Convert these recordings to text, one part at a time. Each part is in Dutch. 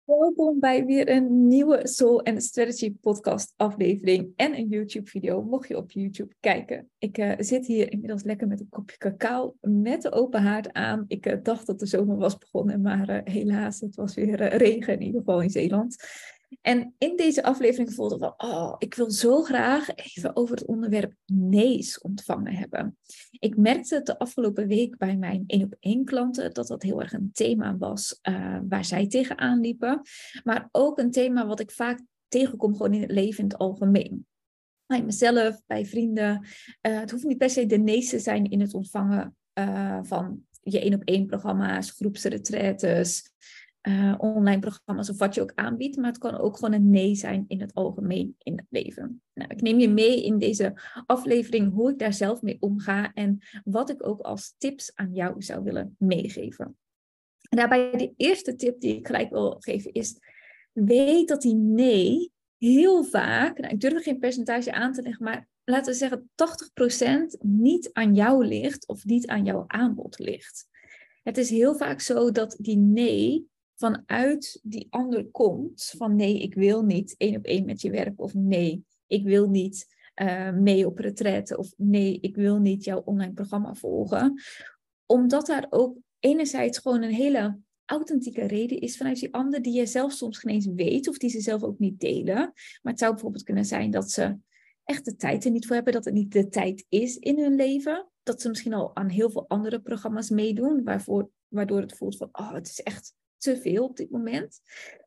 Welkom bij weer een nieuwe Soul and Strategy podcast aflevering en een YouTube video, mocht je op YouTube kijken. Ik zit hier inmiddels lekker met een kopje cacao met de open haard aan. Ik dacht dat de zomer was begonnen, maar helaas, het was weer regen in ieder geval in Zeeland. En in deze aflevering voelde ik van, ik wil zo graag even over het onderwerp nee's ontvangen hebben. Ik merkte het de afgelopen week bij mijn 1-op-1 klanten dat dat heel erg een thema was waar zij tegenaan liepen. Maar ook een thema wat ik vaak tegenkom gewoon in het leven in het algemeen. Bij mezelf, bij vrienden. Het hoeft niet per se de nee's te zijn in het ontvangen van je 1-op-1 programma's, groepsretretes, online programma's of wat je ook aanbiedt. Maar het kan ook gewoon een nee zijn in het algemeen in het leven. Nou, ik neem je mee in deze aflevering hoe ik daar zelf mee omga en wat ik ook als tips aan jou zou willen meegeven. En daarbij de eerste tip die ik gelijk wil geven is, weet dat die nee heel vaak, ik durf er geen percentage aan te leggen, maar laten we zeggen 80% niet aan jou ligt of niet aan jouw aanbod ligt. Het is heel vaak zo dat die nee vanuit die ander komt, van nee, ik wil niet 1-op-1 met je werken, of nee, ik wil niet mee op retraite, of nee, ik wil niet jouw online programma volgen. Omdat daar ook enerzijds gewoon een hele authentieke reden is vanuit die ander die je zelf soms geen eens weet of die ze zelf ook niet delen. Maar het zou bijvoorbeeld kunnen zijn dat ze echt de tijd er niet voor hebben, dat het niet de tijd is in hun leven. Dat ze misschien al aan heel veel andere programma's meedoen, waardoor het voelt van, het is echt te veel op dit moment.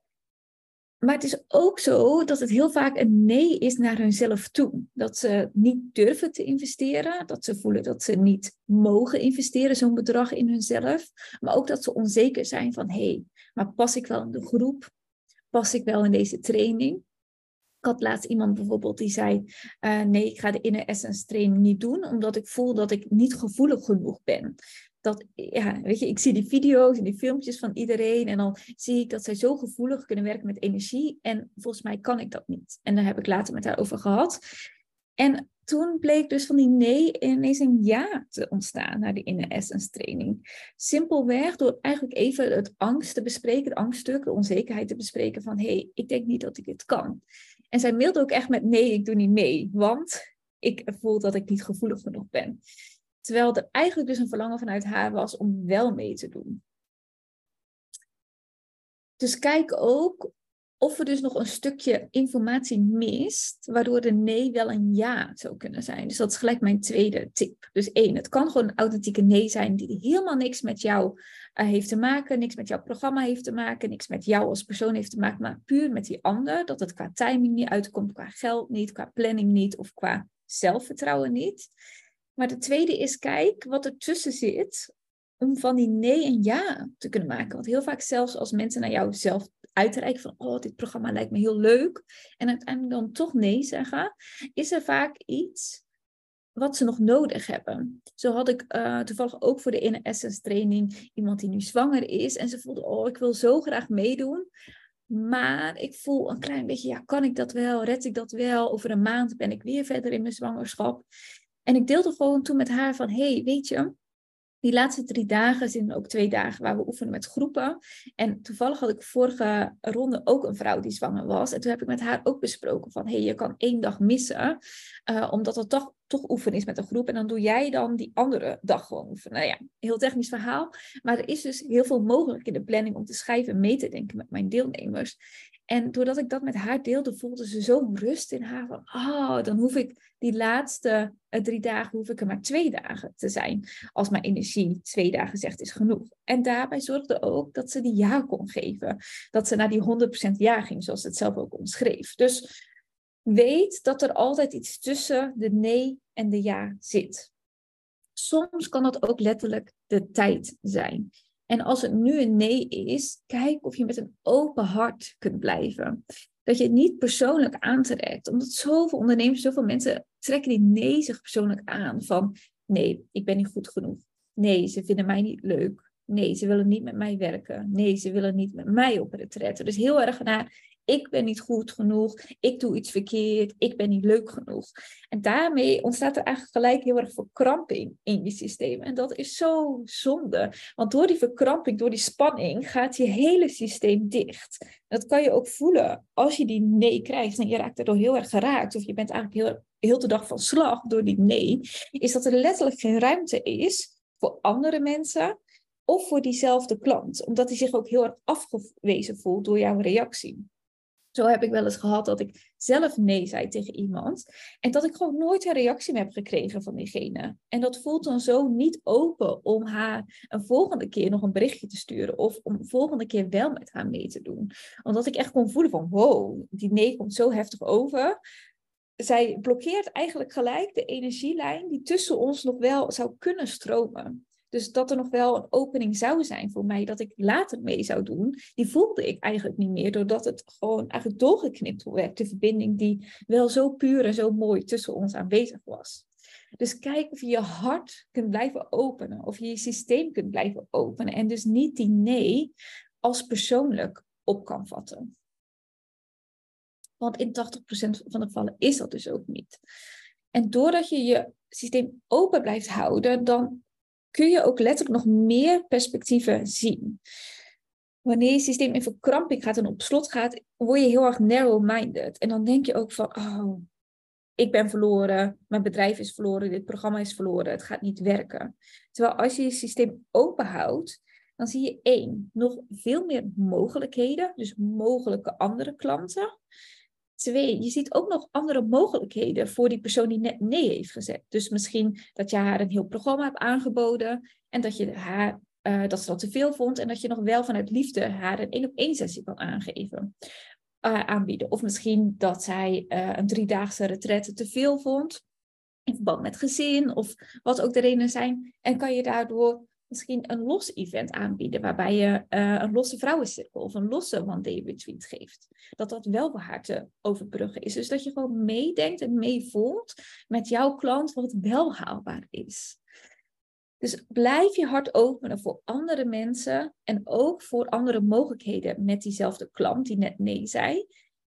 Maar het is ook zo dat het heel vaak een nee is naar hunzelf toe. Dat ze niet durven te investeren. Dat ze voelen dat ze niet mogen investeren, zo'n bedrag in hunzelf. Maar ook dat ze onzeker zijn van, maar pas ik wel in de groep? Pas ik wel in deze training? Ik had laatst iemand bijvoorbeeld die zei, nee, ik ga de Inner Essence training niet doen, omdat ik voel dat ik niet gevoelig genoeg ben. Weet je, ik zie die video's en die filmpjes van iedereen en dan zie ik dat zij zo gevoelig kunnen werken met energie en volgens mij kan ik dat niet. En daar heb ik later met haar over gehad. En toen bleek dus van die nee ineens een ja te ontstaan naar die Inner Essence training. Simpelweg door eigenlijk even het angst te bespreken, het angststuk, de onzekerheid te bespreken van ik denk niet dat ik het kan. En zij mailde ook echt met nee, ik doe niet mee, want ik voel dat ik niet gevoelig genoeg ben. Terwijl er eigenlijk dus een verlangen vanuit haar was om wel mee te doen. Dus kijk ook of er dus nog een stukje informatie mist, waardoor de nee wel een ja zou kunnen zijn. Dus dat is gelijk mijn tweede tip. Dus 1, het kan gewoon een authentieke nee zijn die helemaal niks met jou heeft te maken, niks met jouw programma heeft te maken, niks met jou als persoon heeft te maken, maar puur met die ander. Dat het qua timing niet uitkomt, qua geld niet, qua planning niet of qua zelfvertrouwen niet. Maar de tweede is, kijk wat er tussen zit om van die nee een ja te kunnen maken. Want heel vaak zelfs als mensen naar jou zelf uitreiken van, dit programma lijkt me heel leuk, en uiteindelijk dan toch nee zeggen, is er vaak iets wat ze nog nodig hebben. Zo had ik toevallig ook voor de Inner Essence training iemand die nu zwanger is en ze voelde, ik wil zo graag meedoen. Maar ik voel een klein beetje, kan ik dat wel? Red ik dat wel? Over een maand ben ik weer verder in mijn zwangerschap. En ik deelde gewoon toen met haar van, weet je, die laatste 3 dagen zijn ook 2 dagen waar we oefenen met groepen. En toevallig had ik vorige ronde ook een vrouw die zwanger was. En toen heb ik met haar ook besproken van, je kan 1 dag missen, omdat het toch oefenen is met een groep. En dan doe jij dan die andere dag gewoon oefenen. Nou ja, heel technisch verhaal. Maar er is dus heel veel mogelijk in de planning om te schrijven en mee te denken met mijn deelnemers. En doordat ik dat met haar deelde, voelde ze zo'n rust in haar van, dan hoef ik die laatste 3 dagen, hoef ik er maar 2 dagen te zijn. Als mijn energie 2 dagen zegt is genoeg. En daarbij zorgde ook dat ze die ja kon geven. Dat ze naar die 100% ja ging, zoals ze het zelf ook omschreef. Dus weet dat er altijd iets tussen de nee en de ja zit. Soms kan dat ook letterlijk de tijd zijn. En als het nu een nee is, kijk of je met een open hart kunt blijven. Dat je het niet persoonlijk aantrekt. Omdat zoveel ondernemers, zoveel mensen trekken die nee zich persoonlijk aan. Van nee, ik ben niet goed genoeg. Nee, ze vinden mij niet leuk. Nee, ze willen niet met mij werken. Nee, ze willen niet met mij op retraite. Dus heel erg naar, ik ben niet goed genoeg. Ik doe iets verkeerd. Ik ben niet leuk genoeg. En daarmee ontstaat er eigenlijk gelijk heel erg verkramping in je systeem. En dat is zo zonde. Want door die verkramping, door die spanning, gaat je hele systeem dicht. Dat kan je ook voelen als je die nee krijgt. En je raakt erdoor heel erg geraakt. Of je bent eigenlijk heel de dag van slag door die nee. Is dat er letterlijk geen ruimte is voor andere mensen. Of voor diezelfde klant. Omdat hij zich ook heel erg afgewezen voelt door jouw reactie. Zo heb ik wel eens gehad dat ik zelf nee zei tegen iemand. En dat ik gewoon nooit een reactie meer heb gekregen van diegene. En dat voelt dan zo niet open om haar een volgende keer nog een berichtje te sturen. Of om de volgende keer wel met haar mee te doen. Omdat ik echt kon voelen van wow, die nee komt zo heftig over. Zij blokkeert eigenlijk gelijk de energielijn die tussen ons nog wel zou kunnen stromen. Dus dat er nog wel een opening zou zijn voor mij, dat ik later mee zou doen, die voelde ik eigenlijk niet meer, doordat het gewoon eigenlijk doorgeknipt werd, de verbinding die wel zo puur en zo mooi tussen ons aanwezig was. Dus kijk of je je hart kunt blijven openen, of je je systeem kunt blijven openen en dus niet die nee als persoonlijk op kan vatten. Want in 80% van de gevallen is dat dus ook niet. En doordat je je systeem open blijft houden, dan kun je ook letterlijk nog meer perspectieven zien. Wanneer je systeem in verkramping gaat en op slot gaat, word je heel erg narrow-minded. En dan denk je ook van, oh, ik ben verloren, mijn bedrijf is verloren, dit programma is verloren, het gaat niet werken. Terwijl als je je systeem open houdt, dan zie je 1, nog veel meer mogelijkheden, dus mogelijke andere klanten. 2, je ziet ook nog andere mogelijkheden voor die persoon die net nee heeft gezet. Dus misschien dat je haar een heel programma hebt aangeboden en dat je haar dat ze dat te veel vond en dat je nog wel vanuit liefde haar een 1-op-1 sessie kan aanbieden. Of misschien dat zij een 3-daagse retraite te veel vond in verband met gezin of wat ook de redenen zijn. En kan je daardoor misschien een los event aanbieden, waarbij je een losse vrouwencirkel of een losse one-day retreat geeft. Dat wel voor haar te overbruggen is. Dus dat je gewoon meedenkt en meevoelt met jouw klant wat wel haalbaar is. Dus blijf je hart openen voor andere mensen en ook voor andere mogelijkheden met diezelfde klant die net nee zei.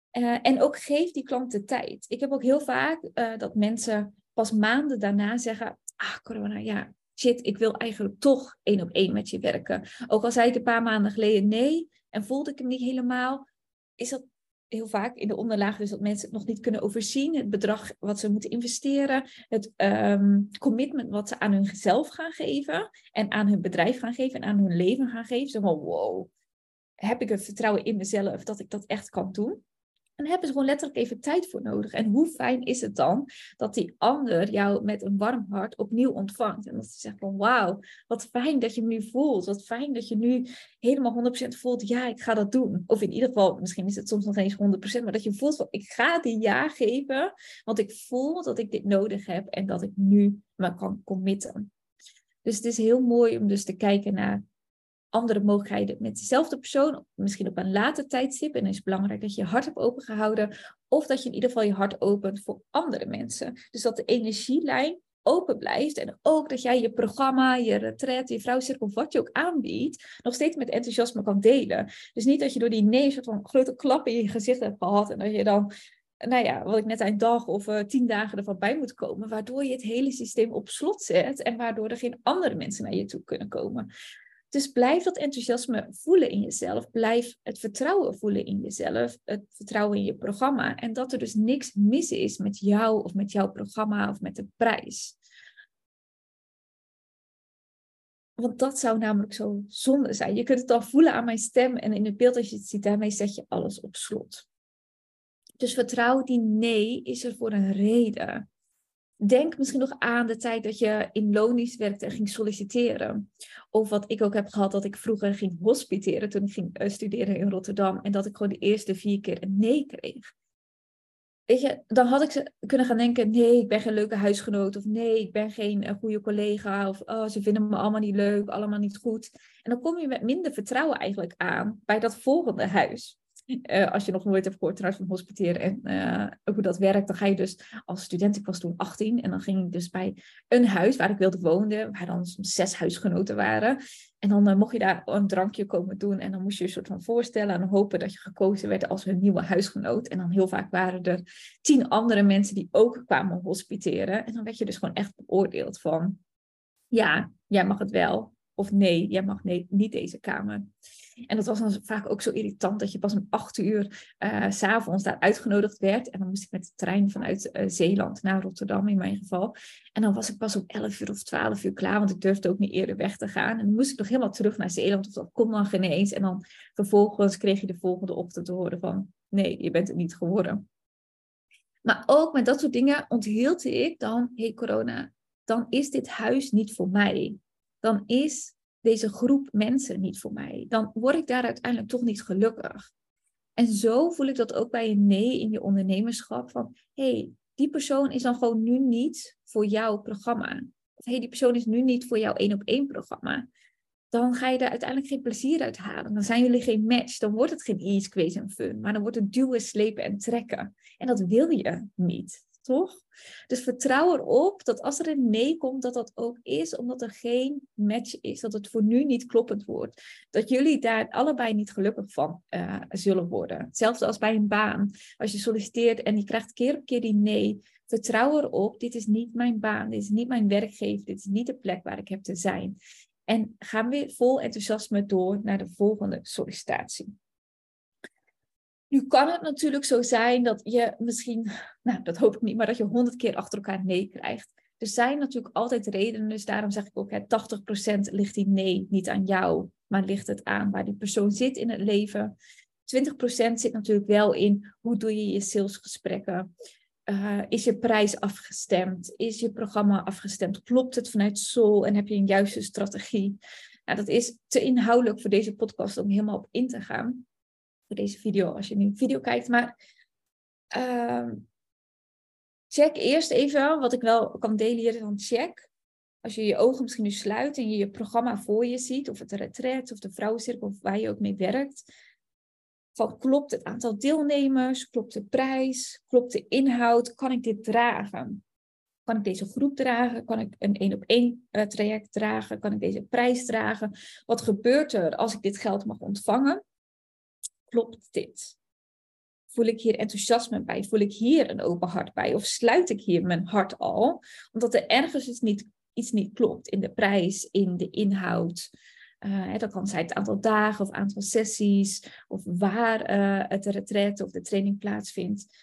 En ook geef die klant de tijd. Ik heb ook heel vaak dat mensen pas maanden daarna zeggen, corona, ja, shit, ik wil eigenlijk toch 1-op-1 met je werken. Ook al zei ik een paar maanden geleden nee en voelde ik hem niet helemaal, is dat heel vaak in de onderlaag dus dat mensen het nog niet kunnen overzien. Het bedrag wat ze moeten investeren. Het commitment wat ze aan hunzelf gaan geven. En aan hun bedrijf gaan geven. En aan hun leven gaan geven. Zo van wow, heb ik het vertrouwen in mezelf dat ik dat echt kan doen? En daar hebben ze gewoon letterlijk even tijd voor nodig. En hoe fijn is het dan dat die ander jou met een warm hart opnieuw ontvangt. En dat ze zegt van wauw, wat fijn dat je me nu voelt. Wat fijn dat je nu helemaal 100% voelt, ja, ik ga dat doen. Of in ieder geval, misschien is het soms nog eens 100%, maar dat je voelt van ik ga die ja geven. Want ik voel dat ik dit nodig heb en dat ik nu me kan committen. Dus het is heel mooi om dus te kijken naar andere mogelijkheden met dezelfde persoon, misschien op een later tijdstip. En dan is het belangrijk dat je je hart hebt opengehouden. Of dat je in ieder geval je hart opent voor andere mensen. Dus dat de energielijn open blijft. En ook dat jij je programma, je retraite, je vrouwencirkel, wat je ook aanbiedt, nog steeds met enthousiasme kan delen. Dus niet dat je door die nee een soort van grote klap in je gezicht hebt gehad. En dat je dan, nou ja, wat ik net een dag of 10 dagen ervan bij moet komen. Waardoor je het hele systeem op slot zet. En waardoor er geen andere mensen naar je toe kunnen komen. Dus blijf dat enthousiasme voelen in jezelf. Blijf het vertrouwen voelen in jezelf. Het vertrouwen in je programma. En dat er dus niks mis is met jou of met jouw programma of met de prijs. Want dat zou namelijk zo zonde zijn. Je kunt het al voelen aan mijn stem en in het beeld als je het ziet. Daarmee zet je alles op slot. Dus vertrouw die nee is er voor een reden. Denk misschien nog aan de tijd dat je in loondienst werkte en ging solliciteren. Of wat ik ook heb gehad, dat ik vroeger ging hospiteren toen ik ging studeren in Rotterdam. En dat ik gewoon de eerste 4 keer een nee kreeg. Weet je, dan had ik kunnen gaan denken, nee, ik ben geen leuke huisgenoot. Of nee, ik ben geen goede collega. Of oh, ze vinden me allemaal niet leuk, allemaal niet goed. En dan kom je met minder vertrouwen eigenlijk aan bij dat volgende huis. Als je nog nooit hebt gehoord trouwens van hospiteren en hoe dat werkt, dan ga je dus als student, ik was toen 18 en dan ging ik dus bij een huis waar ik wilde wonen, waar dan soms 6 huisgenoten waren. En dan mocht je daar een drankje komen doen en dan moest je een soort van voorstellen en hopen dat je gekozen werd als hun nieuwe huisgenoot. En dan heel vaak waren er 10 andere mensen die ook kwamen hospiteren. En dan werd je dus gewoon echt beoordeeld van, ja, jij mag het wel. Of nee, jij mag niet deze kamer. En dat was dan vaak ook zo irritant dat je pas om 8 uur 's avonds daar uitgenodigd werd. En dan moest ik met de trein vanuit Zeeland naar Rotterdam in mijn geval. En dan was ik pas om 11 uur of 12 uur klaar, want ik durfde ook niet eerder weg te gaan. En dan moest ik nog helemaal terug naar Zeeland, of dat kon dan geen eens. En dan vervolgens kreeg je de volgende ochtend te horen van, nee, je bent het niet geworden. Maar ook met dat soort dingen onthield ik dan, hey corona, dan is dit huis niet voor mij. Dan is deze groep mensen niet voor mij. Dan word ik daar uiteindelijk toch niet gelukkig. En zo voel ik dat ook bij een nee in je ondernemerschap. Van, hey, die persoon is dan gewoon nu niet voor jouw programma. Of hey, die persoon is nu niet voor jouw 1-op-1 programma. Dan ga je daar uiteindelijk geen plezier uit halen. Dan zijn jullie geen match. Dan wordt het geen ease, quiz en fun. Maar dan wordt het duwen, slepen en trekken. En dat wil je niet, toch? Dus vertrouw erop dat als er een nee komt, dat dat ook is omdat er geen match is. Dat het voor nu niet kloppend wordt. Dat jullie daar allebei niet gelukkig van zullen worden. Hetzelfde als bij een baan. Als je solliciteert en je krijgt keer op keer die nee. Vertrouw erop, dit is niet mijn baan. Dit is niet mijn werkgever. Dit is niet de plek waar ik heb te zijn. En gaan weer vol enthousiasme door naar de volgende sollicitatie. Nu kan het natuurlijk zo zijn dat je misschien, nou dat hoop ik niet, maar dat je 100 keer achter elkaar nee krijgt. Er zijn natuurlijk altijd redenen, dus daarom zeg ik ook, 80% ligt die nee niet aan jou, maar ligt het aan waar die persoon zit in het leven. 20% zit natuurlijk wel in, hoe doe je je salesgesprekken? Is je prijs afgestemd? Is je programma afgestemd? Klopt het vanuit Soul en heb je een juiste strategie? Nou, dat is te inhoudelijk voor deze podcast om helemaal op in te gaan. Voor deze video, als je nu een video kijkt. Maar check eerst even, wat ik wel kan delen hier, dan check. Als je je ogen misschien nu sluit en je je programma voor je ziet, of het retreat of de vrouwencirkel, of waar je ook mee werkt. Van, klopt het aantal deelnemers? Klopt de prijs? Klopt de inhoud? Kan ik dit dragen? Kan ik deze groep dragen? Kan ik een 1-op-1 traject dragen? Kan ik deze prijs dragen? Wat gebeurt er als ik dit geld mag ontvangen? Klopt dit? Voel ik hier enthousiasme bij? Voel ik hier een open hart bij? Of sluit ik hier mijn hart al? Omdat er ergens iets niet klopt in de prijs, in de inhoud. Dat kan zijn het aantal dagen of aantal sessies. Of waar het retreat of de training plaatsvindt.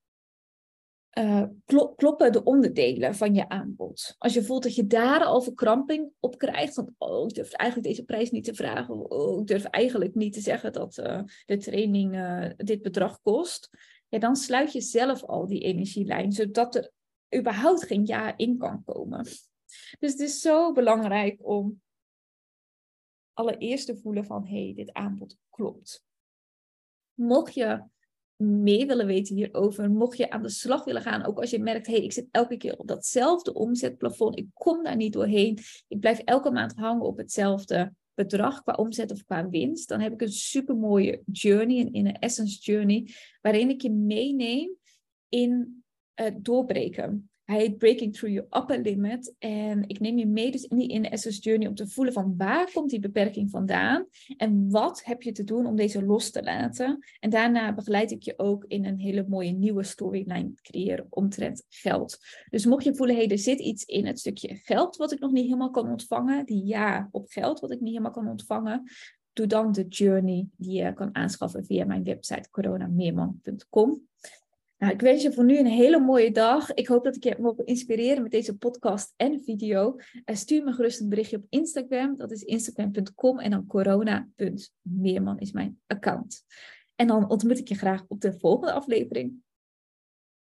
Kloppen de onderdelen van je aanbod. Als je voelt dat je daar al verkramping op krijgt. Van, ik durf eigenlijk deze prijs niet te vragen. Ik durf eigenlijk niet te zeggen dat de training dit bedrag kost. Ja, dan sluit je zelf al die energielijn. Zodat er überhaupt geen ja in kan komen. Dus het is zo belangrijk om allereerst te voelen van, hey, dit aanbod klopt. Mocht je meer willen weten hierover, mocht je aan de slag willen gaan, ook als je merkt, hey, ik zit elke keer op datzelfde omzetplafond, ik kom daar niet doorheen, ik blijf elke maand hangen op hetzelfde bedrag qua omzet of qua winst, dan heb ik een supermooie journey, een Inner Essence journey, waarin ik je meeneem in het doorbreken. Hij heet Breaking Through Your Upper Limit. En ik neem je mee dus in die Inner Essence Journey om te voelen van waar komt die beperking vandaan? En wat heb je te doen om deze los te laten? En daarna begeleid ik je ook in een hele mooie nieuwe storyline creëren omtrent geld. Dus mocht je voelen, hey, er zit iets in het stukje geld wat ik nog niet helemaal kan ontvangen. Die ja op geld wat ik niet helemaal kan ontvangen. Doe dan de journey die je kan aanschaffen via mijn website coronameerman.com. Nou, ik wens je voor nu een hele mooie dag. Ik hoop dat ik je heb mogen inspireren met deze podcast en video. Stuur me gerust een berichtje op Instagram. Dat is instagram.com en dan corona.meerman is mijn account. En dan ontmoet ik je graag op de volgende aflevering.